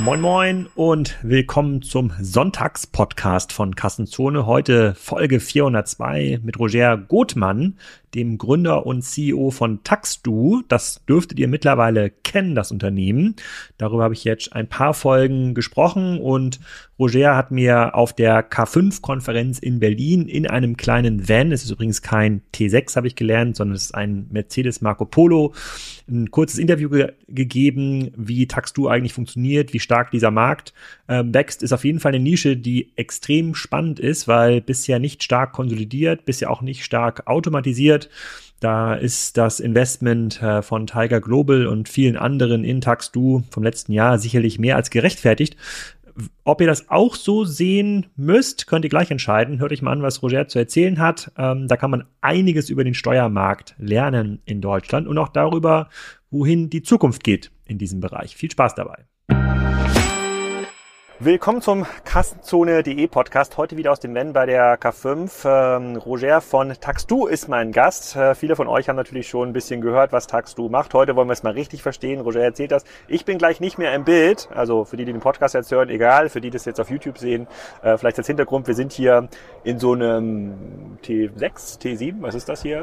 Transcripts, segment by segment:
Moin Moin und willkommen zum Sonntagspodcast von Kassenzone. Heute Folge 402 mit Roger Gothmann, dem Gründer und CEO von Taxdu. Das dürftet ihr mittlerweile kennen, das Unternehmen. Darüber habe ich jetzt ein paar Folgen gesprochen und Roger hat mir auf der K5-Konferenz in Berlin in einem kleinen Van, es ist übrigens kein T6, habe ich gelernt, sondern es ist ein Mercedes Marco Polo, ein kurzes Interview gegeben, wie Taxdu eigentlich funktioniert, wie stark dieser Markt wächst. Ist auf jeden Fall eine Nische, die extrem spannend ist, weil bisher nicht stark konsolidiert, bisher auch nicht stark automatisiert. Da ist das Investment von Tiger Global und vielen anderen in Taxdu vom letzten Jahr sicherlich mehr als gerechtfertigt. Ob ihr das auch so sehen müsst, könnt ihr gleich entscheiden. Hört euch mal an, was Roger zu erzählen hat. Da kann man einiges über den Steuermarkt lernen in Deutschland und auch darüber, wohin die Zukunft geht in diesem Bereich. Viel Spaß dabei. Willkommen zum Kassenzone.de Podcast. Heute wieder aus dem Van bei der K5. Roger von Taxdu ist mein Gast. Viele von euch haben natürlich schon ein bisschen gehört, was Taxdu macht. Heute wollen wir es mal richtig verstehen. Roger erzählt das. Ich bin gleich nicht mehr im Bild. Also für die den Podcast jetzt hören, egal. Für die das jetzt auf YouTube sehen, vielleicht als Hintergrund. Wir sind hier in so einem T6, T7. Was ist das hier?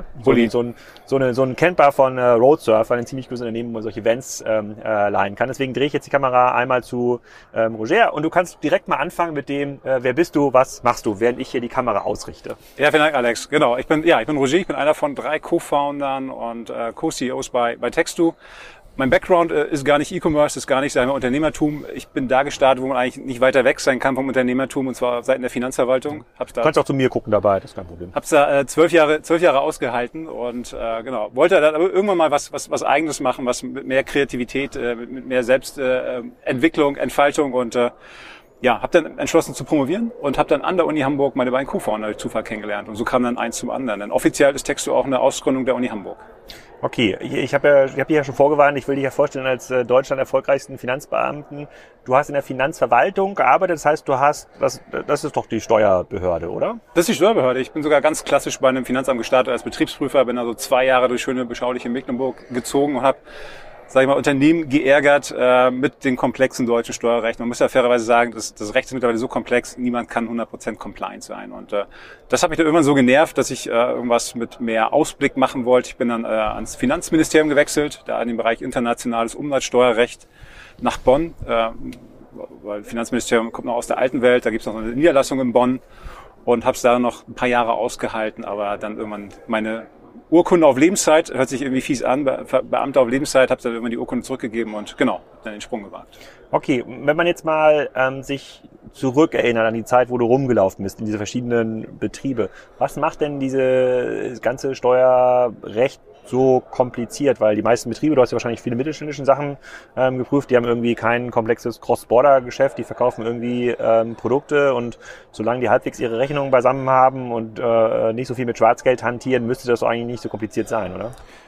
So ein Camper von Roadsurfer, ein ziemlich großes Unternehmen, wo man solche Vans leihen kann. Deswegen drehe ich jetzt die Kamera einmal zu Roger. Und du kannst direkt mal anfangen mit dem, wer bist du, was machst du, während ich hier die Kamera ausrichte. Ja, vielen Dank, Alex. Genau, ich bin Roger, ich bin einer von 3 Co-Foundern und Co-CEOs bei Taxdu. Mein Background ist gar nicht E-Commerce, ist gar nicht sein Unternehmertum. Ich bin da gestartet, wo man eigentlich nicht weiter weg sein kann vom Unternehmertum, und zwar seitens der Finanzverwaltung. Du kannst auch zu mir gucken dabei, das ist kein Problem. Hab's da 12 Jahre ausgehalten und wollte dann aber irgendwann mal was Eigenes machen, was mit mehr Kreativität, mit mehr Selbstentwicklung, Entfaltung und habe dann entschlossen zu promovieren und habe dann an der Uni Hamburg meine beiden Co-Founder durch Zufall kennengelernt. Und so kam dann eins zum anderen. Denn offiziell ist Taxdu auch eine Ausgründung der Uni Hamburg. Okay, ich hab dich ja schon vorgewarnt, ich will dich ja vorstellen als Deutschland erfolgreichsten Finanzbeamten. Du hast in der Finanzverwaltung gearbeitet, das heißt, das ist doch die Steuerbehörde, oder? Das ist die Steuerbehörde. Ich bin sogar ganz klassisch bei einem Finanzamt gestartet als Betriebsprüfer, bin also 2 Jahre durch schöne, beschauliche Mecklenburg gezogen und habe, Unternehmen geärgert mit den komplexen deutschen Steuerrechten. Man muss ja fairerweise sagen, das Recht ist mittlerweile so komplex, niemand kann 100% compliant sein. Und das hat mich dann irgendwann so genervt, dass ich irgendwas mit mehr Ausblick machen wollte. Ich bin dann ans Finanzministerium gewechselt, da in den Bereich internationales Umsatzsteuerrecht nach Bonn, weil das Finanzministerium kommt noch aus der alten Welt, da gibt es noch eine Niederlassung in Bonn und habe es da noch ein paar Jahre ausgehalten, aber dann irgendwann meine Urkunde auf Lebenszeit, hört sich irgendwie fies an, Beamter auf Lebenszeit, habe dann irgendwann die Urkunde zurückgegeben und genau, dann den Sprung gewagt. Okay, wenn man jetzt mal sich zurückerinnert an die Zeit, wo du rumgelaufen bist in diese verschiedenen Betriebe, was macht denn dieses ganze Steuerrecht so kompliziert? Weil die meisten Betriebe, du hast ja wahrscheinlich viele mittelständische Sachen geprüft, die haben irgendwie kein komplexes Cross-Border-Geschäft, die verkaufen irgendwie Produkte und solange die halbwegs ihre Rechnungen beisammen haben und nicht so viel mit Schwarzgeld hantieren, müsste das eigentlich nicht so kompliziert sein, oder?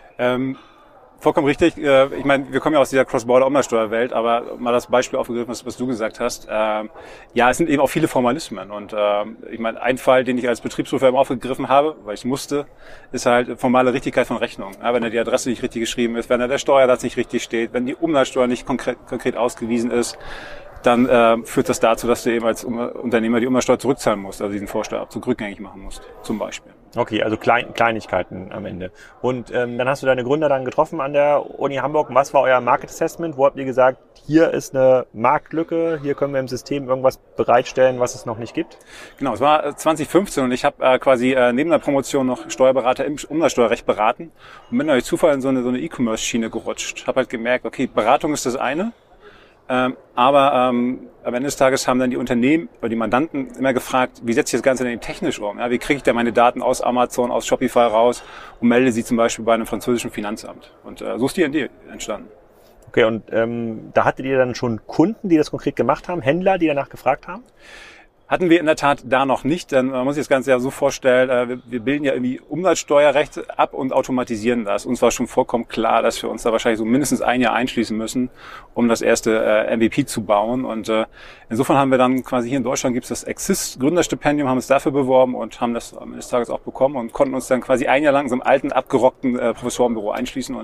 Vollkommen richtig. Ich meine, wir kommen ja aus dieser Cross-Border-Umsatzsteuerwelt, aber mal das Beispiel aufgegriffen, was du gesagt hast. Es sind eben auch viele Formalismen. Und ich meine, ein Fall, den ich als Betriebsprüfer eben aufgegriffen habe, weil ich musste, ist halt formale Richtigkeit von Rechnungen. Ja, wenn da die Adresse nicht richtig geschrieben ist, wenn da der Steuersatz nicht richtig steht, wenn die Umsatzsteuer nicht konkret ausgewiesen ist, dann führt das dazu, dass du eben als Unternehmer die Umsatzsteuer zurückzahlen musst, also diesen Vorsteuerabzug rückgängig machen musst, zum Beispiel. Okay, also Kleinigkeiten am Ende. Und dann hast du deine Gründer dann getroffen an der Uni Hamburg. Was war euer Market Assessment? Wo habt ihr gesagt, hier ist eine Marktlücke, hier können wir im System irgendwas bereitstellen, was es noch nicht gibt? Genau, es war 2015 und ich habe quasi neben der Promotion noch Steuerberater im Umsatzsteuerrecht beraten und bin durch Zufall in so eine E-Commerce-Schiene gerutscht. Habe halt gemerkt, okay, Beratung ist das eine, aber am Ende des Tages haben dann die Unternehmen oder die Mandanten immer gefragt, wie setze ich das Ganze denn technisch um? Ja, wie kriege ich denn meine Daten aus Amazon, aus Shopify raus und melde sie zum Beispiel bei einem französischen Finanzamt? Und so ist die Idee entstanden. Okay, und da hattet ihr dann schon Kunden, die das konkret gemacht haben, Händler, die danach gefragt haben? Hatten wir in der Tat da noch nicht, denn man muss sich das Ganze ja so vorstellen, wir bilden ja irgendwie Umsatzsteuerrecht ab und automatisieren das. Uns war schon vollkommen klar, dass wir uns da wahrscheinlich so mindestens ein Jahr einschließen müssen, um das erste MVP zu bauen. Und insofern haben wir dann quasi hier in Deutschland gibt es das Exist Gründerstipendium, haben uns dafür beworben und haben das am Ende des Tages auch bekommen und konnten uns dann quasi ein Jahr lang in so einem alten, abgerockten Professorenbüro einschließen und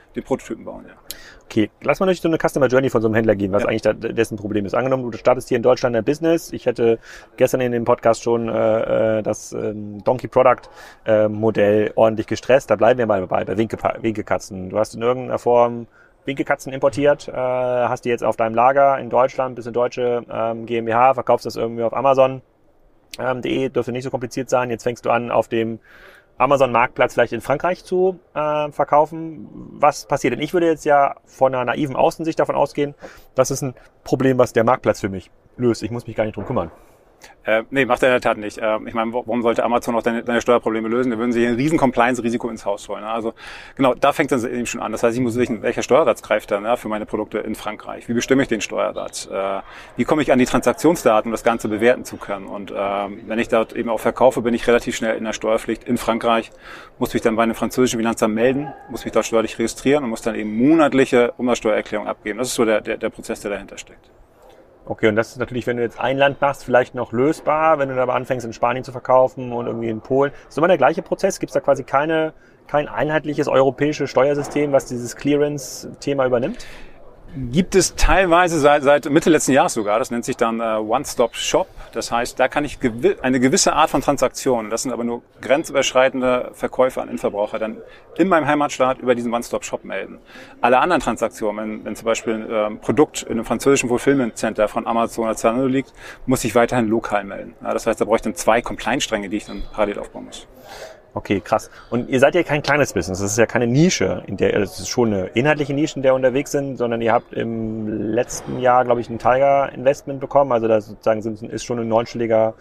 den Prototypen bauen, ja. Okay, lass mal durch so eine Customer Journey von so einem Händler gehen, was eigentlich dessen Problem ist. Angenommen, du startest hier in Deutschland ein Business. Ich hätte gestern in dem Podcast schon das Donkey Product Modell ordentlich gestresst. Da bleiben wir mal bei Winkelkatzen. Du hast in irgendeiner Form Winkelkatzen importiert, hast die jetzt auf deinem Lager in Deutschland, bist eine deutsche GmbH, verkaufst das irgendwie auf Amazon.de, dürfte nicht so kompliziert sein. Jetzt fängst du an, auf dem Amazon-Marktplatz vielleicht in Frankreich zu verkaufen. Was passiert denn? Ich würde jetzt ja von einer naiven Außensicht davon ausgehen, das ist ein Problem, was der Marktplatz für mich löst. Ich muss mich gar nicht drum kümmern. Nee, macht er in der Tat nicht. Ich meine, warum sollte Amazon auch deine Steuerprobleme lösen? Da würden sie hier ein riesen Compliance-Risiko ins Haus holen. Also genau, da fängt es dann eben schon an. Das heißt, ich muss wissen, welcher Steuersatz greift dann für meine Produkte in Frankreich? Wie bestimme ich den Steuersatz? Wie komme ich an die Transaktionsdaten, um das Ganze bewerten zu können? Und wenn ich dort eben auch verkaufe, bin ich relativ schnell in der Steuerpflicht in Frankreich, muss mich dann bei einem französischen Finanzamt melden, muss mich dort steuerlich registrieren und muss dann eben monatliche Umsatzsteuererklärung abgeben. Das ist so der Prozess, der dahinter steckt. Okay, und das ist natürlich, wenn du jetzt ein Land machst, vielleicht noch lösbar, wenn du aber anfängst, in Spanien zu verkaufen und irgendwie in Polen. Ist immer der gleiche Prozess? Gibt es da quasi kein einheitliches europäisches Steuersystem, was dieses Clearance-Thema übernimmt? Gibt es teilweise seit Mitte letzten Jahres sogar. Das nennt sich dann One-Stop-Shop. Das heißt, da kann ich eine gewisse Art von Transaktionen, das sind aber nur grenzüberschreitende Verkäufe an Endverbraucher, dann in meinem Heimatstaat über diesen One-Stop-Shop melden. Alle anderen Transaktionen, wenn zum Beispiel ein Produkt in einem französischen Fulfillment Center von Amazon oder Zalando liegt, muss ich weiterhin lokal melden. Ja, das heißt, da brauche ich dann 2 Compliance-Stränge, die ich dann parallel aufbauen muss. Okay, krass. Und ihr seid ja kein kleines Business. Das ist ja keine Nische, es ist schon eine inhaltliche Nische, in der ihr unterwegs sind, sondern ihr habt im letzten Jahr, glaube ich, ein Tiger-Investment bekommen. Also da sozusagen ist schon ein 9-stelliger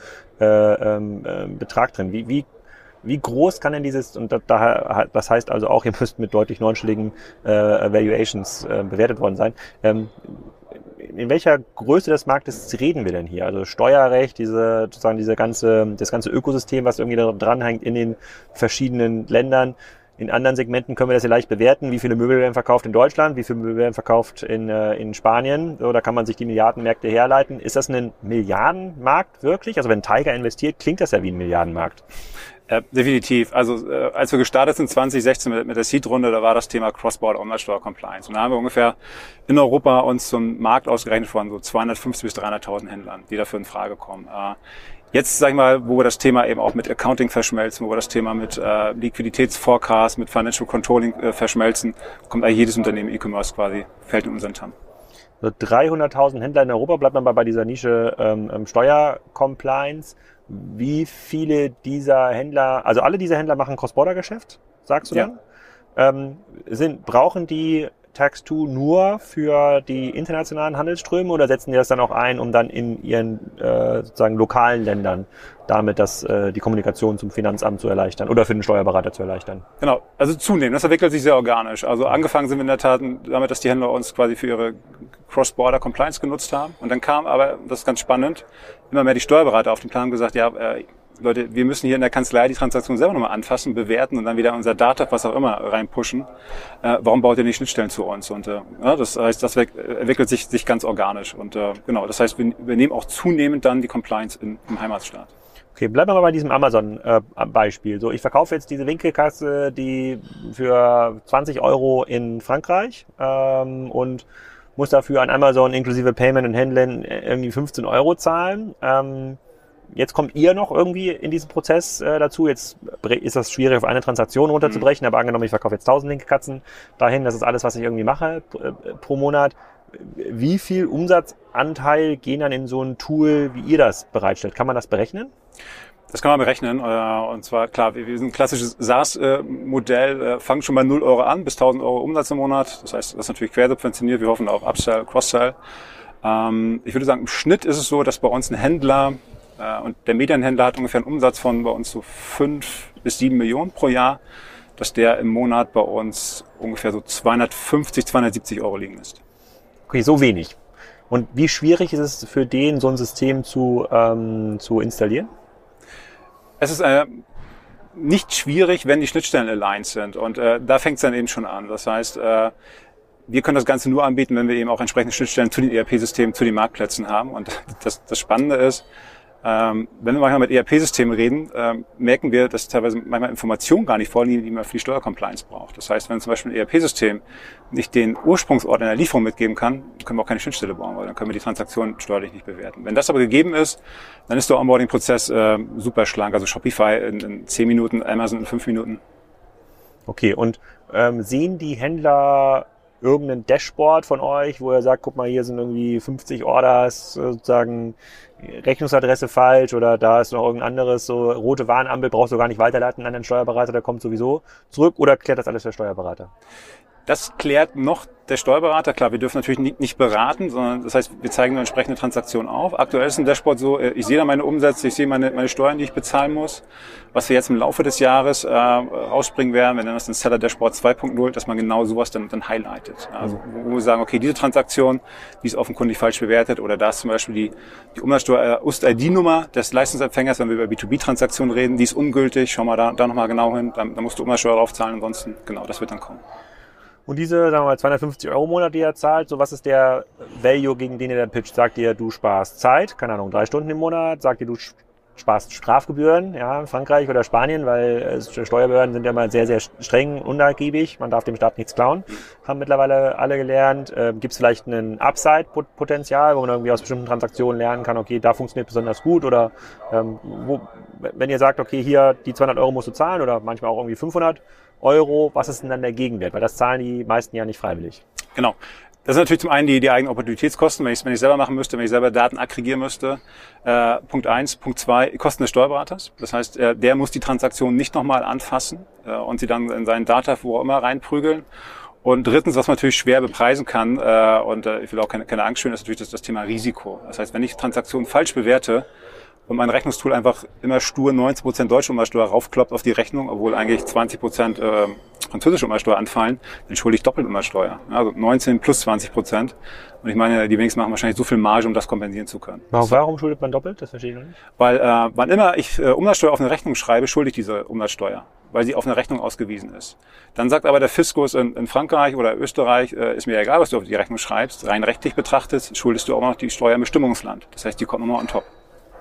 Betrag drin. Wie groß kann denn dieses, und das heißt also auch, ihr müsst mit deutlich 9-stelligen Valuations bewertet worden sein. In welcher Größe des Marktes reden wir denn hier? Also Steuerrecht, das ganze Ökosystem, was irgendwie da dranhängt in den verschiedenen Ländern. In anderen Segmenten können wir das ja leicht bewerten. Wie viele Möbel werden verkauft in Deutschland? Wie viele Möbel werden verkauft in Spanien? So, da kann man sich die Milliardenmärkte herleiten. Ist das ein Milliardenmarkt wirklich? Also wenn Tiger investiert, klingt das ja wie ein Milliardenmarkt. Definitiv. Also als wir gestartet sind 2016 mit der Seed-Runde, da war das Thema Cross-Border Umsatzsteuer-Compliance. Und da haben wir ungefähr in Europa uns so einen Markt ausgerechnet von so 250.000 bis 300.000 Händlern, die dafür in Frage kommen. Jetzt, sag ich mal, wo wir das Thema eben auch mit Accounting verschmelzen, wo wir das Thema mit Liquiditätsforecast, mit Financial Controlling verschmelzen, kommt eigentlich jedes Unternehmen E-Commerce quasi, fällt in unseren Tam. Also 300.000 Händler in Europa, bleibt man bei dieser Nische Steuer-Compliance. Wie viele dieser Händler, also alle diese Händler machen Cross-Border-Geschäft, sagst du dann? Ja. Brauchen die Tax2 nur für die internationalen Handelsströme oder setzen die das dann auch ein, um dann in ihren sozusagen lokalen Ländern damit die Kommunikation zum Finanzamt zu erleichtern oder für den Steuerberater zu erleichtern? Genau, also zunehmend. Das entwickelt sich sehr organisch. Also angefangen sind wir in der Tat damit, dass die Händler uns quasi für ihre Cross-Border Compliance genutzt haben. Und dann kam aber, das ist ganz spannend, immer mehr die Steuerberater auf den Plan und gesagt, ja, Leute, wir müssen hier in der Kanzlei die Transaktion selber nochmal anfassen, bewerten und dann wieder unser Data, was auch immer, reinpushen. Warum baut ihr nicht Schnittstellen zu uns? Und das heißt, das entwickelt sich ganz organisch. Und genau, das heißt, wir nehmen auch zunehmend dann die Compliance im Heimatstaat. Okay, bleiben wir mal bei diesem Amazon-Beispiel. So, ich verkaufe jetzt diese Winkelkasse, die für 20 € in Frankreich und muss dafür an Amazon inklusive Payment und Handling irgendwie 15 € zahlen. Jetzt kommt ihr noch irgendwie in diesen Prozess dazu. Jetzt ist das schwierig, auf eine Transaktion runterzubrechen, aber angenommen, ich verkaufe jetzt 1000 Winkelkatzen dahin, das ist alles, was ich irgendwie mache pro Monat. Wie viel Umsatzanteil gehen dann in so ein Tool, wie ihr das bereitstellt? Kann man das berechnen? Das kann man berechnen. Und zwar, klar, wir sind ein klassisches SaaS-Modell, fangen schon bei 0 € an, bis 1000 € Umsatz im Monat. Das heißt, das ist natürlich quersubventioniert. Wir hoffen auf Upsell, Cross-Sell. Ich würde sagen, im Schnitt ist es so, dass bei uns ein Händler, und der Medienhändler hat ungefähr einen Umsatz von bei uns so 5 bis 7 Millionen pro Jahr, dass der im Monat bei uns ungefähr so 250, 270 € liegen lässt. Okay, so wenig. Und wie schwierig ist es für den, so ein System zu installieren? Es ist nicht schwierig, wenn die Schnittstellen aligned sind. Und da fängt es dann eben schon an. Das heißt, wir können das Ganze nur anbieten, wenn wir eben auch entsprechende Schnittstellen zu den ERP-Systemen, zu den Marktplätzen haben. Und das Spannende ist, Wenn wir manchmal mit ERP-Systemen reden, merken wir, dass teilweise manchmal Informationen gar nicht vorliegen, die man für die Steuercompliance braucht. Das heißt, wenn zum Beispiel ein ERP-System nicht den Ursprungsort in der Lieferung mitgeben kann, können wir auch keine Schnittstelle bauen, weil dann können wir die Transaktion steuerlich nicht bewerten. Wenn das aber gegeben ist, dann ist der Onboarding-Prozess super schlank. Also Shopify in 10 Minuten, Amazon in 5 Minuten. Okay, und sehen die Händler irgendein Dashboard von euch, wo ihr sagt, guck mal, hier sind irgendwie 50 Orders, sozusagen Rechnungsadresse falsch oder da ist noch irgendein anderes, so rote Warnampel, brauchst du gar nicht weiterleiten an den Steuerberater, der kommt sowieso zurück, oder klärt das alles der Steuerberater? Das klärt noch der Steuerberater. Klar, wir dürfen natürlich nicht beraten, sondern das heißt, wir zeigen eine entsprechende Transaktion auf. Aktuell ist ein Dashboard so, ich sehe da meine Umsätze, ich sehe meine Steuern, die ich bezahlen muss. Was wir jetzt im Laufe des Jahres rausbringen werden, wir nennen das ein Seller Dashboard 2.0, dass man genau sowas dann highlightet. Also wo wir sagen, okay, diese Transaktion, die ist offenkundig falsch bewertet, oder da ist zum Beispiel die Umsatzsteuer UST-ID-Nummer des Leistungsempfängers, wenn wir über B2B-Transaktionen reden, die ist ungültig, schau mal da nochmal genau hin, da musst du Umsatzsteuer drauf zahlen, ansonsten, genau, das wird dann kommen. Und diese, sagen wir mal, 250 € im Monat, die ihr zahlt, so was ist der Value, gegen den ihr dann pitcht? Sagt ihr, du sparst Zeit, keine Ahnung, 3 Stunden im Monat? Sagt ihr, du sparst Strafgebühren, ja, in Frankreich oder Spanien, weil Steuerbehörden sind ja mal sehr, sehr streng, unnachgiebig, man darf dem Staat nichts klauen, haben mittlerweile alle gelernt. Gibt es vielleicht ein Upside-Potenzial, wo man irgendwie aus bestimmten Transaktionen lernen kann, okay, da funktioniert besonders gut, oder wenn ihr sagt, okay, hier die 200 € musst du zahlen oder manchmal auch irgendwie 500 €, was ist denn dann der Gegenwert? Weil das zahlen die meisten ja nicht freiwillig. Genau. Das sind natürlich zum einen die eigenen Opportunitätskosten, wenn ich selber machen müsste, wenn ich selber Daten aggregieren müsste. Punkt 1. Punkt 2, Kosten des Steuerberaters. Das heißt, der muss die Transaktion nicht nochmal anfassen und sie dann in seinen Data, wo auch immer, reinprügeln. Und drittens, was man natürlich schwer bepreisen kann, und ich will auch keine Angst schüren, ist natürlich das Thema Risiko. Das heißt, wenn ich Transaktionen falsch bewerte und mein Rechnungstool einfach immer stur 19% deutsche Umsatzsteuer raufkloppt auf die Rechnung, obwohl eigentlich 20% französische Umsatzsteuer anfallen, dann schulde ich doppelt Umsatzsteuer. Also 19 plus 20%. Und ich meine, die wenigsten machen wahrscheinlich so viel Marge, um das kompensieren zu können. Warum schuldet man doppelt? Das verstehe ich noch nicht. Weil wann immer ich Umsatzsteuer auf eine Rechnung schreibe, schulde ich diese Umsatzsteuer, weil sie auf eine Rechnung ausgewiesen ist. Dann sagt aber der Fiskus in Frankreich oder Österreich, ist mir egal, was du auf die Rechnung schreibst, rein rechtlich betrachtet, schuldest du auch noch die Steuer im Bestimmungsland. Das heißt, die kommt nochmal on top.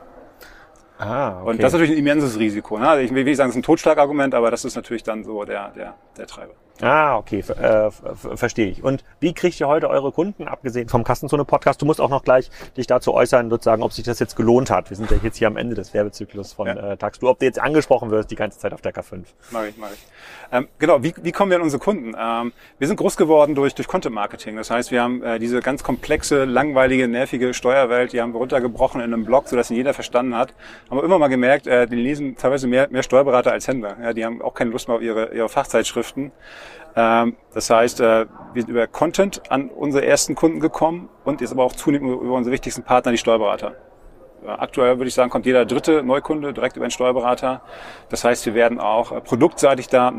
Ah, okay. Und das ist natürlich ein immenses Risiko. Ne? Ich will nicht sagen, es ist ein Totschlagargument, aber das ist natürlich dann so der Treiber. Ah, okay, verstehe ich. Und wie kriegt ihr heute eure Kunden, abgesehen vom Kassenzone-Podcast? Du musst auch noch gleich dich dazu äußern, sozusagen, ob sich das jetzt gelohnt hat. Wir sind ja jetzt hier am Ende des Werbezyklus von TaxDo. Ob du jetzt angesprochen wirst die ganze Zeit auf der K5. Mach ich. Genau, wie kommen wir an unsere Kunden? Wir sind groß geworden durch Content-Marketing. Das heißt, wir haben diese ganz komplexe, langweilige, nervige Steuerwelt, die haben wir runtergebrochen in einem Blog, sodass ihn jeder verstanden hat. Haben wir immer mal gemerkt, die lesen teilweise mehr Steuerberater als Händler. Ja, die haben auch keine Lust mehr auf ihre Fachzeitschriften. Das heißt, wir sind über Content an unsere ersten Kunden gekommen und jetzt aber auch zunehmend über unsere wichtigsten Partner, die Steuerberater. Aktuell würde ich sagen, kommt jeder dritte Neukunde direkt über einen Steuerberater. Das heißt, wir werden auch produktseitig da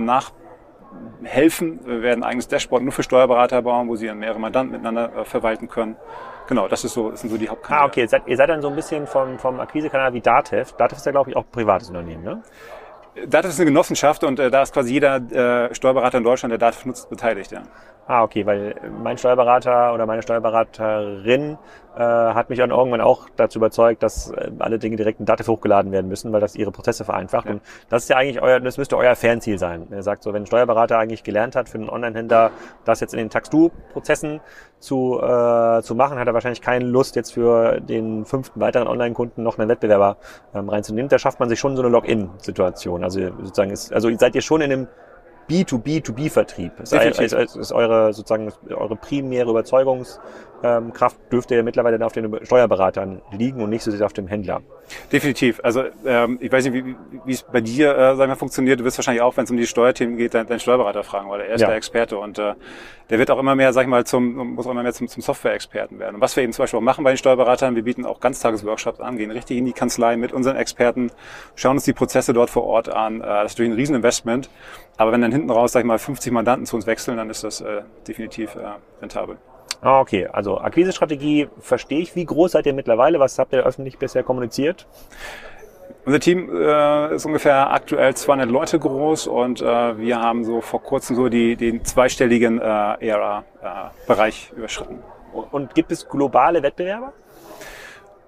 nachhelfen. Wir werden ein eigenes Dashboard nur für Steuerberater bauen, wo sie dann mehrere Mandanten miteinander verwalten können. Genau, das sind so die Hauptkanäle. Ah, okay. Ihr seid dann so ein bisschen vom Akquisekanal wie Datev. Datev ist ja, glaube ich, auch ein privates Unternehmen, ne? Datev ist eine Genossenschaft und da ist quasi jeder Steuerberater in Deutschland, der Datev nutzt, beteiligt, ja. Ah, okay, weil mein Steuerberater oder meine Steuerberaterin hat mich dann irgendwann auch dazu überzeugt, dass alle Dinge direkt in Datev hochgeladen werden müssen, weil das ihre Prozesse vereinfacht. Ja. Und das ist ja eigentlich das müsste euer Fernziel sein. Er sagt so, wenn ein Steuerberater eigentlich gelernt hat, für einen Online-Händler das jetzt in den TaxDo-Prozessen zu machen, hat er wahrscheinlich keine Lust, jetzt für den 5. weiteren Online-Kunden noch einen Wettbewerber reinzunehmen. Da schafft man sich schon so eine Login-Situation. Also sozusagen seid ihr schon in einem B2B2B-Vertrieb. Ist eure primäre Überzeugungskraft dürfte ja mittlerweile dann auf den Steuerberatern liegen und nicht so sehr auf dem Händler. Definitiv. Also ich weiß nicht, wie es bei dir sag ich mal, funktioniert. Du wirst wahrscheinlich auch, wenn es um die Steuerthemen geht, deinen Steuerberater fragen, weil er ist der Experte und der wird auch immer mehr, sag ich mal, muss auch immer mehr zum Software-Experten werden. Und was wir eben zum Beispiel auch machen bei den Steuerberatern, wir bieten auch Ganztagesworkshops an, gehen richtig in die Kanzlei mit unseren Experten, schauen uns die Prozesse dort vor Ort an. Das ist natürlich ein Rieseninvestment. Aber wenn dann hinten raus, sag ich mal, 50 Mandanten zu uns wechseln, dann ist das definitiv rentabel. Ah, okay. Also Akquisestrategie verstehe ich. Wie groß seid ihr mittlerweile? Was habt ihr öffentlich bisher kommuniziert? Unser Team ist ungefähr aktuell 200 Leute groß und wir haben so vor kurzem so den zweistelligen ARR-Bereich überschritten. Und gibt es globale Wettbewerber?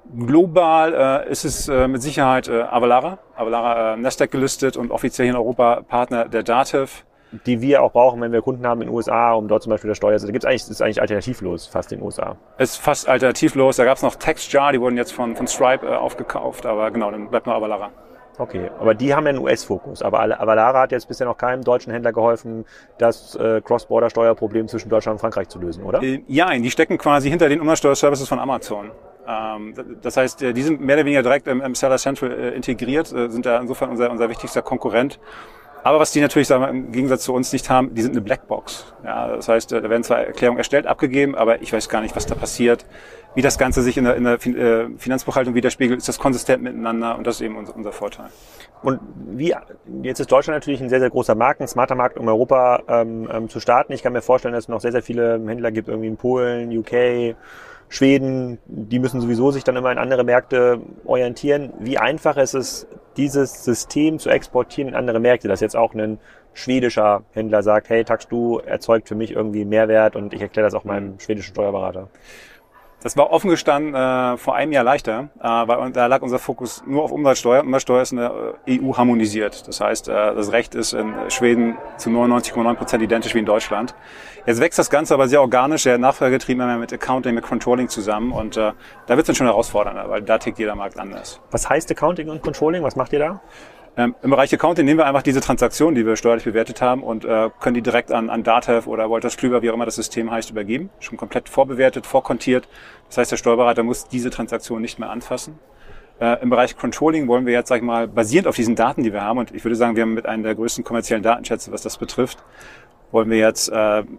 Global ist es mit Sicherheit Avalara. Avalara Nasdaq gelistet und offiziell hier in Europa Partner der Dativ. Die wir auch brauchen, wenn wir Kunden haben in den USA, um dort zum Beispiel das Steuer. Also ist eigentlich alternativlos, fast in den USA. Ist fast alternativlos. Da gab es noch TextJar, die wurden jetzt von Stripe aufgekauft, aber genau, dann bleibt noch Avalara. Okay, aber die haben ja einen US-Fokus. Aber Avalara hat jetzt bisher noch keinem deutschen Händler geholfen, das Cross-Border-Steuerproblem zwischen Deutschland und Frankreich zu lösen, oder? Ja, die stecken quasi hinter den Umsatzsteuerservices von Amazon. Das heißt, die sind mehr oder weniger direkt im Seller Central integriert, sind da insofern unser wichtigster Konkurrent. Aber was die natürlich, sagen wir, im Gegensatz zu uns nicht haben, die sind eine Blackbox. Ja, das heißt, da werden zwar Erklärungen erstellt, abgegeben, aber ich weiß gar nicht, was da passiert, wie das Ganze sich in der Finanzbuchhaltung widerspiegelt, ist das konsistent miteinander und das ist eben unser Vorteil. Und jetzt ist Deutschland natürlich ein sehr, sehr großer Markt, ein smarter Markt, um Europa zu starten. Ich kann mir vorstellen, dass es noch sehr, sehr viele Händler gibt, irgendwie in Polen, UK, Schweden, die müssen sowieso sich dann immer in andere Märkte orientieren. Wie einfach ist es, dieses System zu exportieren in andere Märkte, dass jetzt auch ein schwedischer Händler sagt, hey, TaxDo erzeugt für mich irgendwie Mehrwert und ich erkläre das auch meinem schwedischen Steuerberater? Das war offen gestanden vor einem Jahr leichter, weil da lag unser Fokus nur auf Umsatzsteuer. Umsatzsteuer ist in der EU harmonisiert. Das heißt, das Recht ist in Schweden zu 99,9% identisch wie in Deutschland. Jetzt wächst das Ganze aber sehr organisch, sehr nachfragegetrieben, immer mit Accounting, mit Controlling zusammen. Und da wird es dann schon herausfordernder, weil da tickt jeder Markt anders. Was heißt Accounting und Controlling? Was macht ihr da? Im Bereich Accounting nehmen wir einfach diese Transaktionen, die wir steuerlich bewertet haben und können die direkt an Datev oder Wolters Kluwer, wie auch immer das System heißt, übergeben. Schon komplett vorbewertet, vorkontiert. Das heißt, der Steuerberater muss diese Transaktion nicht mehr anfassen. Im Bereich Controlling wollen wir jetzt, sag ich mal, basierend auf diesen Daten, die wir haben, und ich würde sagen, wir haben mit einem der größten kommerziellen Datenschätze, was das betrifft, wollen wir jetzt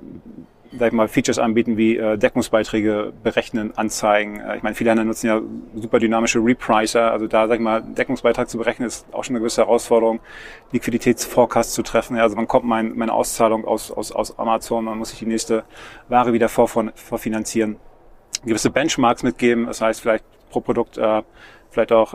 sag ich mal, Features anbieten wie Deckungsbeiträge berechnen, anzeigen. Ich meine, viele Händler nutzen ja super dynamische Repricer. Also da, sag ich mal, Deckungsbeitrag zu berechnen, ist auch schon eine gewisse Herausforderung. Liquiditätsforecast zu treffen. Ja, also wann kommt meine Auszahlung aus Amazon? Man muss sich die nächste Ware wieder vorfinanzieren. Gewisse Benchmarks mitgeben. Das heißt, vielleicht pro Produkt vielleicht auch,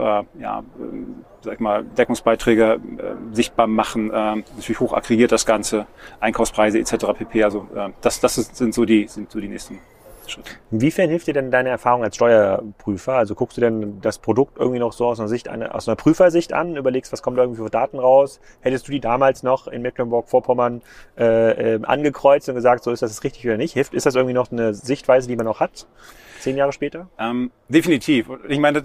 sag ich mal, Deckungsbeiträge sichtbar machen, natürlich hoch aggregiert das Ganze, Einkaufspreise etc. pp. Also sind so die nächsten Schritte. Inwiefern hilft dir denn deine Erfahrung als Steuerprüfer? Also guckst du denn das Produkt irgendwie noch so aus einer Prüfersicht an, überlegst, was kommt da irgendwie für Daten raus? Hättest du die damals noch in Mecklenburg-Vorpommern angekreuzt und gesagt, so ist das richtig oder nicht? Ist das irgendwie noch eine Sichtweise, die man noch hat, 10 Jahre später? Definitiv. Ich meine,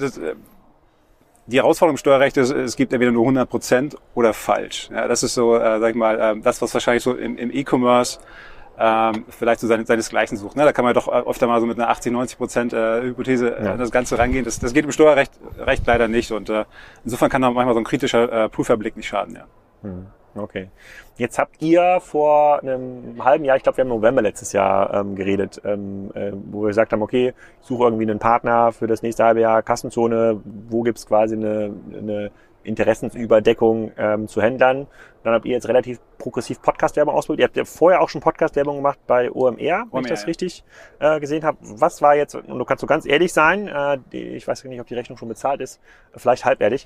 die Herausforderung im Steuerrecht ist, es gibt entweder nur 100% oder falsch. Ja, das ist so, sag ich mal, das, was wahrscheinlich so im E-Commerce vielleicht so seinesgleichen sucht. Ne? Da kann man doch öfter mal so mit einer 80-90% Hypothese an das Ganze rangehen. Das geht im Steuerrecht leider nicht. Und insofern kann da manchmal so ein kritischer Prüferblick nicht schaden. Ja. Okay. Jetzt habt ihr vor einem halben Jahr, ich glaube, wir haben im November letztes Jahr geredet, wo wir gesagt haben, okay, ich suche irgendwie einen Partner für das nächste halbe Jahr, Kassenzone, wo gibt's quasi eine Interessensüberdeckung zu Händlern. Dann habt ihr jetzt relativ progressiv Podcast-Werbung ausprobiert. Ihr habt ja vorher auch schon Podcast-Werbung gemacht bei OMR, wenn ich das richtig gesehen habe. Was war jetzt, und du kannst so ganz ehrlich sein, ich weiß nicht, ob die Rechnung schon bezahlt ist, vielleicht halbehrlich,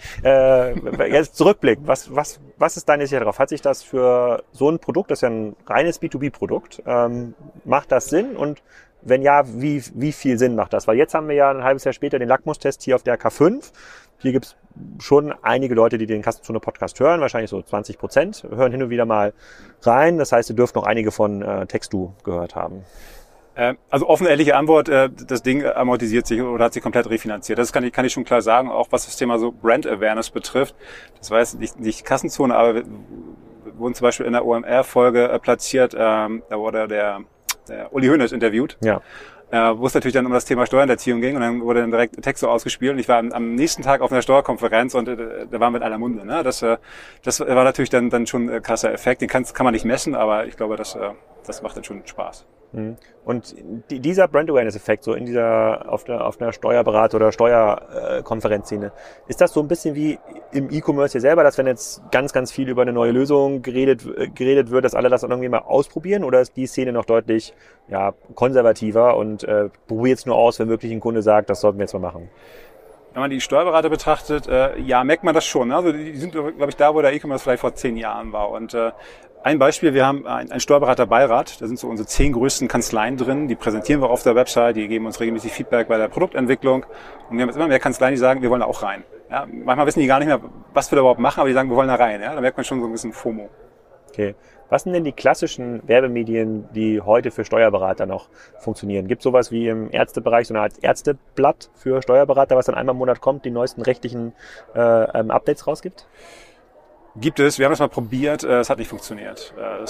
jetzt zurückblicken, was ist deine Sicht darauf? Hat sich das für so ein Produkt, das ist ja ein reines B2B-Produkt, macht das Sinn? Und wenn ja, wie viel Sinn macht das? Weil jetzt haben wir ja ein halbes Jahr später den Lackmustest hier auf der K5. Hier gibt's schon einige Leute, die den Kassenzone-Podcast hören, wahrscheinlich so 20%, hören hin und wieder mal rein. Das heißt, ihr dürft noch einige von TaxDo gehört haben. Also offene, ehrliche Antwort, das Ding amortisiert sich oder hat sich komplett refinanziert. Das kann ich schon klar sagen, auch was das Thema so Brand Awareness betrifft. Das war jetzt nicht Kassenzone, aber wir wurden zum Beispiel in der OMR-Folge platziert, da wurde der Uli Hoeneß interviewt. Ja. Wo es natürlich dann um das Thema Steuerhinterziehung ging und dann wurde dann direkt Texto ausgespielt und ich war am nächsten Tag auf einer Steuerkonferenz und da war mit aller Munde. Ne? Das war natürlich dann schon ein krasser Effekt, den kann man nicht messen, aber ich glaube, das macht dann schon Spaß. Und dieser Brand Awareness Effekt so auf einer Steuerberater oder Steuerkonferenzszene, ist das so ein bisschen wie im E-Commerce hier selber, dass wenn jetzt ganz, ganz viel über eine neue Lösung geredet wird, dass alle das dann irgendwie mal ausprobieren, oder ist die Szene noch deutlich konservativer und probiert es nur aus, wenn wirklich ein Kunde sagt, das sollten wir jetzt mal machen? Wenn man die Steuerberater betrachtet, merkt man das schon. Ne? Also die sind, glaube ich, da, wo der E-Commerce vielleicht vor 10 Jahren war. Und Ein Beispiel, wir haben einen Steuerberaterbeirat, da sind so unsere 10 größten Kanzleien drin, die präsentieren wir auf der Website, die geben uns regelmäßig Feedback bei der Produktentwicklung und wir haben jetzt immer mehr Kanzleien, die sagen, wir wollen da auch rein. Ja, manchmal wissen die gar nicht mehr, was wir da überhaupt machen, aber die sagen, wir wollen da rein. Ja, da merkt man schon so ein bisschen FOMO. Okay. Was sind denn die klassischen Werbemedien, die heute für Steuerberater noch funktionieren? Gibt es sowas wie im Ärztebereich, so eine Art Ärzteblatt für Steuerberater, was dann einmal im Monat kommt, die neuesten rechtlichen Updates rausgibt? Gibt es. Wir haben das mal probiert. Es hat nicht funktioniert.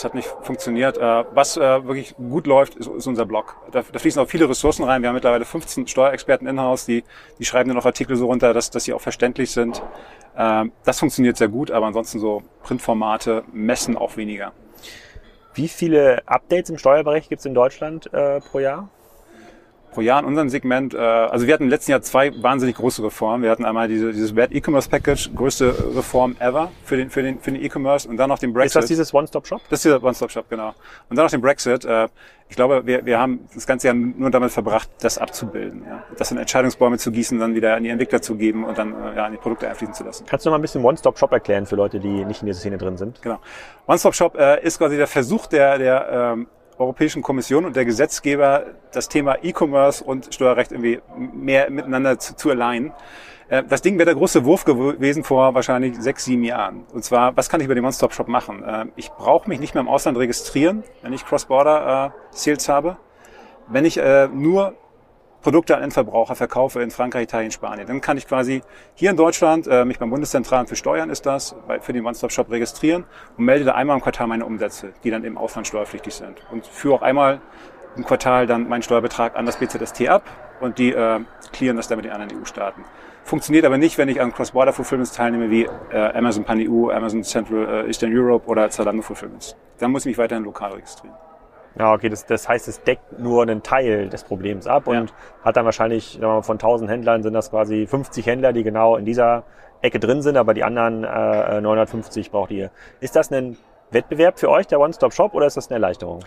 Was wirklich gut läuft, ist unser Blog. Da fließen auch viele Ressourcen rein. Wir haben mittlerweile 15 Steuerexperten in-house, die schreiben dann noch Artikel so runter, dass sie auch verständlich sind. Das funktioniert sehr gut, aber ansonsten so Printformate messen auch weniger. Wie viele Updates im Steuerbereich gibt es in Deutschland pro Jahr? Pro Jahr in unserem Segment, also wir hatten im letzten Jahr 2 wahnsinnig große Reformen. Wir hatten einmal dieses Wert E-Commerce Package, größte Reform ever für den E-Commerce und dann noch den Brexit. Ist das dieses One-Stop-Shop? Das ist dieser One-Stop-Shop, genau. Und dann noch den Brexit. Ich glaube, wir haben das ganze Jahr nur damit verbracht, das abzubilden. Ja. Das in Entscheidungsbäume zu gießen, dann wieder an die Entwickler zu geben und dann an die Produkte einfließen zu lassen. Kannst du noch mal ein bisschen One-Stop-Shop erklären für Leute, die nicht in dieser Szene drin sind? Genau. One-Stop-Shop ist quasi der Versuch der Europäischen Kommission und der Gesetzgeber, das Thema E-Commerce und Steuerrecht irgendwie mehr miteinander zu alignen. Das Ding wäre der große Wurf gewesen vor wahrscheinlich 6, 7 Jahren. Und zwar, was kann ich über den One-Stop-Shop machen? Ich brauche mich nicht mehr im Ausland registrieren, wenn ich Cross-Border-Sales habe. Wenn ich nur Produkte an Endverbraucher verkaufe in Frankreich, Italien, Spanien, dann kann ich quasi hier in Deutschland mich beim Bundeszentralen für Steuern für den One-Stop-Shop registrieren und melde da einmal im Quartal meine Umsätze, die dann im Ausland steuerpflichtig sind. Und führe auch einmal im Quartal dann meinen Steuerbetrag an das BZST ab und die clearen das dann mit den anderen EU-Staaten. Funktioniert aber nicht, wenn ich an Cross-Border-Fulfillments teilnehme wie Amazon Pan-EU, Amazon Central Eastern Europe oder Zalando Fulfillments. Dann muss ich mich weiterhin lokal registrieren. Ja, okay, das heißt, es deckt nur einen Teil des Problems ab und hat dann wahrscheinlich, sagen wir mal, von 1000 Händlern sind das quasi 50 Händler, die genau in dieser Ecke drin sind, aber die anderen 950 braucht ihr. Ist das ein Wettbewerb für euch, der One-Stop-Shop, oder ist das eine Erleichterung?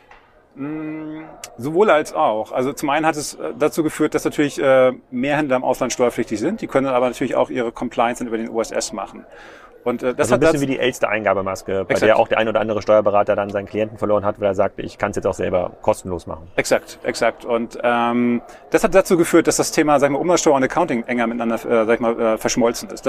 Sowohl als auch. Also zum einen hat es dazu geführt, dass natürlich mehr Händler im Ausland steuerpflichtig sind. Die können aber natürlich auch ihre Compliance dann über den OSS machen. Und das also ein bisschen wie die Elster-Eingabemaske, bei der auch der ein oder andere Steuerberater dann seinen Klienten verloren hat, weil er sagte, ich kann es jetzt auch selber kostenlos machen. Exakt. Und das hat dazu geführt, dass das Thema, sag ich mal, Umsatzsteuer und Accounting enger miteinander, verschmolzen ist.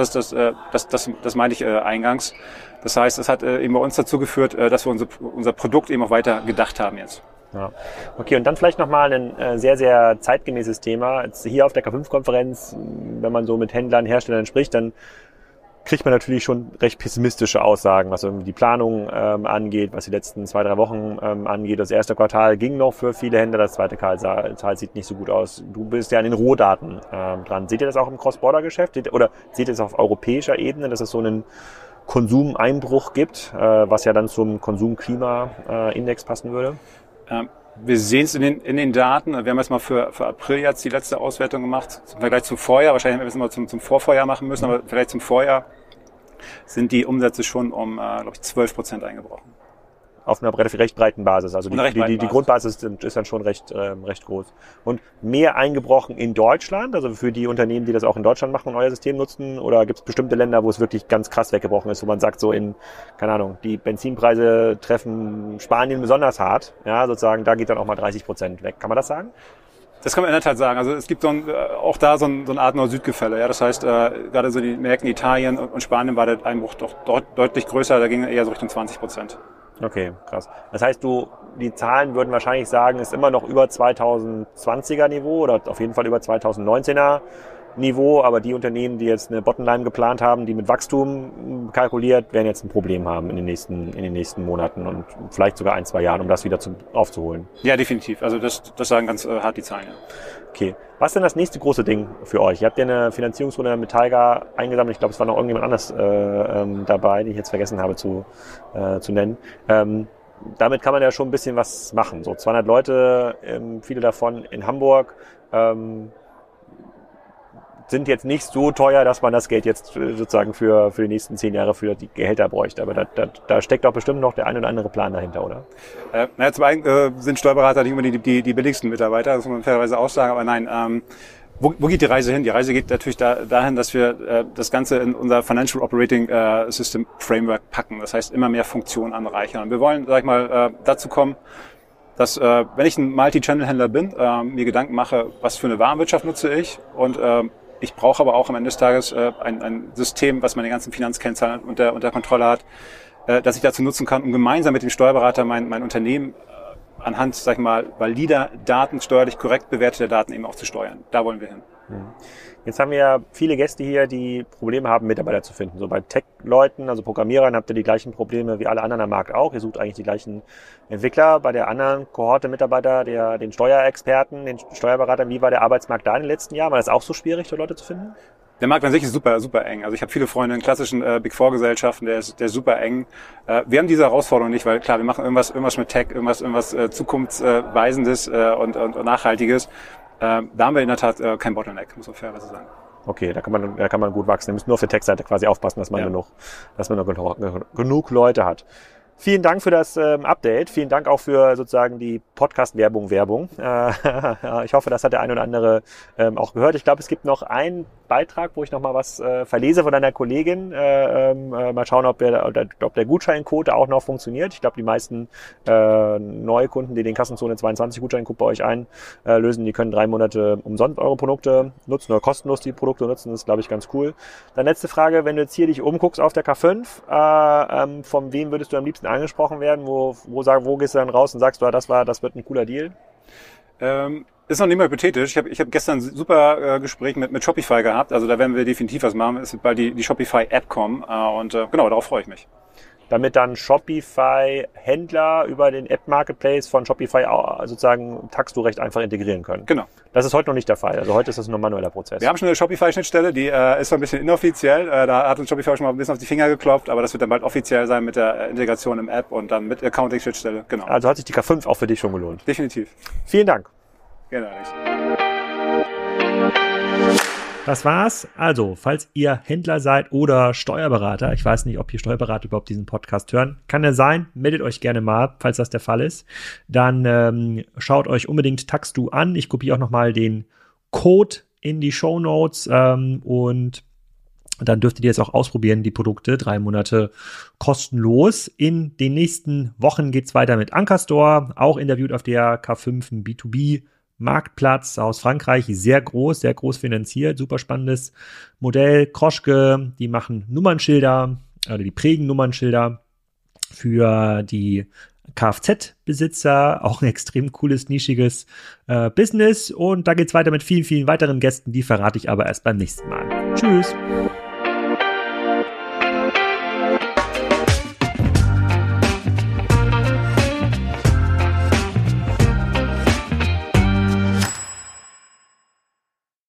Das meinte ich eingangs. Das heißt, es hat eben bei uns dazu geführt, dass wir unser Produkt eben auch weiter gedacht haben jetzt. Ja. Okay, und dann vielleicht nochmal ein sehr, sehr zeitgemäßes Thema. Jetzt hier auf der K5-Konferenz, wenn man so mit Händlern, Herstellern spricht, dann kriegt man natürlich schon recht pessimistische Aussagen, was irgendwie die Planung angeht, was die letzten 2, 3 Wochen angeht. Das erste Quartal ging noch für viele Händler, das zweite Quartal sieht nicht so gut aus. Du bist ja an den Rohdaten dran. Seht ihr das auch im Cross-Border-Geschäft? Oder seht ihr das auf europäischer Ebene, dass es so einen Konsumeinbruch gibt, was ja dann zum Konsumklima-Index passen würde? Wir sehen es in den Daten. Wir haben jetzt mal für April jetzt die letzte Auswertung gemacht, im Vergleich zum Vorjahr. Wahrscheinlich hätten wir es mal zum Vorvorjahr machen müssen, aber vielleicht zum Vorjahr sind die Umsätze schon um, glaube ich, 12% eingebrochen. Auf einer recht breiten Basis. Also die Grundbasis ist dann schon recht groß. Und mehr eingebrochen in Deutschland, also für die Unternehmen, die das auch in Deutschland machen und euer System nutzen? Oder gibt es bestimmte Länder, wo es wirklich ganz krass weggebrochen ist, wo man sagt, so keine Ahnung, die Benzinpreise treffen Spanien besonders hart, ja, sozusagen, da geht dann auch mal 30% weg. Kann man das sagen? Das kann man in der Tat sagen. Also es gibt auch da so eine Art Nord-Süd-Gefälle. Ja, das heißt, gerade so die Märkte Italien und Spanien war der Einbruch doch deutlich größer, da ging eher so Richtung 20%. Okay, krass. Das heißt, die Zahlen würden wahrscheinlich sagen, ist immer noch über 2020er Niveau oder auf jeden Fall über 2019er Niveau, aber die Unternehmen, die jetzt eine Bottomline geplant haben, die mit Wachstum kalkuliert, werden jetzt ein Problem haben in den nächsten Monaten und vielleicht sogar 1, 2 Jahren, um das wieder aufzuholen. Ja, definitiv. Also das sagen ganz hart die Zahlen. Ja. Okay. Was ist denn das nächste große Ding für euch? Ihr habt ja eine Finanzierungsrunde mit Tiger eingesammelt. Ich glaube, es war noch irgendjemand anders dabei, den ich jetzt vergessen habe zu nennen. Damit kann man ja schon ein bisschen was machen. So 200 Leute, viele davon in Hamburg, sind jetzt nicht so teuer, dass man das Geld jetzt sozusagen für die nächsten 10 Jahre für die Gehälter bräuchte. Aber da steckt doch bestimmt noch der ein oder andere Plan dahinter, oder? Zum einen sind Steuerberater nicht unbedingt die billigsten Mitarbeiter, das muss man fairerweise auch sagen. Aber nein, Wo geht die Reise hin? Die Reise geht natürlich dahin, dass wir das Ganze in unser Financial Operating System Framework packen. Das heißt, immer mehr Funktionen anreichern. Und wir wollen, sag ich mal, dazu kommen, dass wenn ich ein Multi-Channel-Händler bin, mir Gedanken mache, was für eine Warenwirtschaft nutze ich und ich brauche aber auch am Ende des Tages ein System, was meine ganzen Finanzkennzahlen unter Kontrolle hat, dass ich dazu nutzen kann, um gemeinsam mit dem Steuerberater mein Unternehmen anhand, sag ich mal, valider Daten, steuerlich korrekt bewerteter Daten eben auch zu steuern. Da wollen wir hin. Jetzt haben wir ja viele Gäste hier, die Probleme haben, Mitarbeiter zu finden. So bei Tech-Leuten, also Programmierern, habt ihr die gleichen Probleme wie alle anderen am Markt auch. Ihr sucht eigentlich die gleichen Entwickler. Bei der anderen Kohorte Mitarbeiter, den Steuerexperten, den Steuerberatern, wie war der Arbeitsmarkt da in den letzten Jahren? War das auch so schwierig, so Leute zu finden? Der Markt an sich ist super, super eng. Also ich habe viele Freunde in klassischen Big Four Gesellschaften, der ist super eng. Wir haben diese Herausforderung nicht, weil klar, wir machen irgendwas mit Tech, irgendwas zukunftsweisendes und Nachhaltiges. Da haben wir in der Tat kein Bottleneck, muss man fairerweise sagen. Okay, da kann man gut wachsen. Wir müssen nur auf der Tech-Seite quasi aufpassen, dass man genug Leute hat. Vielen Dank für das Update. Vielen Dank auch für sozusagen die Podcast-Werbung. Ich hoffe, das hat der eine oder andere auch gehört. Ich glaube, es gibt noch einen Beitrag, wo ich noch mal was verlese von einer Kollegin. Mal schauen, ob der Gutscheincode auch noch funktioniert. Ich glaube, die meisten neue Kunden, die den Kassenzone 22 Gutscheincode bei euch einlösen, die können 3 Monate umsonst eure Produkte nutzen oder kostenlos die Produkte nutzen. Das ist, glaube ich, ganz cool. Dann letzte Frage, wenn du jetzt hier dich umguckst auf der K5, von wem würdest du am liebsten angesprochen werden? Wo gehst du dann raus und sagst, das wird ein cooler Deal? Ist noch nicht mal hypothetisch. Ich hab gestern ein super Gespräch mit Shopify gehabt. Also da werden wir definitiv was machen. Es wird bald die Shopify-App kommen. Genau, darauf freue ich mich. Damit dann Shopify-Händler über den App-Marketplace von Shopify sozusagen Taxdu recht einfach integrieren können. Genau. Das ist heute noch nicht der Fall. Also heute ist das nur ein manueller Prozess. Wir haben schon eine Shopify-Schnittstelle, die ist so ein bisschen inoffiziell. Da hat uns Shopify schon mal ein bisschen auf die Finger geklopft, aber das wird dann bald offiziell sein mit der Integration im App und dann mit Accounting-Schnittstelle. Genau. Also hat sich die K5 auch für dich schon gelohnt. Definitiv. Vielen Dank. Gerne, Alex. Das war's. Also, falls ihr Händler seid oder Steuerberater, ich weiß nicht, ob hier Steuerberater überhaupt diesen Podcast hören, kann ja sein, meldet euch gerne mal, falls das der Fall ist. Dann schaut euch unbedingt Taxdu an. Ich kopiere auch nochmal den Code in die Shownotes und dann dürft ihr jetzt auch ausprobieren, die Produkte, 3 Monate kostenlos. In den nächsten Wochen geht's weiter mit Ankerstore, auch interviewt auf der K5, ein B2B Marktplatz aus Frankreich, sehr groß finanziert, super spannendes Modell. Kroschke, die machen Nummernschilder, oder die prägen Nummernschilder für die Kfz-Besitzer, auch ein extrem cooles, nischiges Business. Und da geht's weiter mit vielen, vielen weiteren Gästen, die verrate ich aber erst beim nächsten Mal. Tschüss!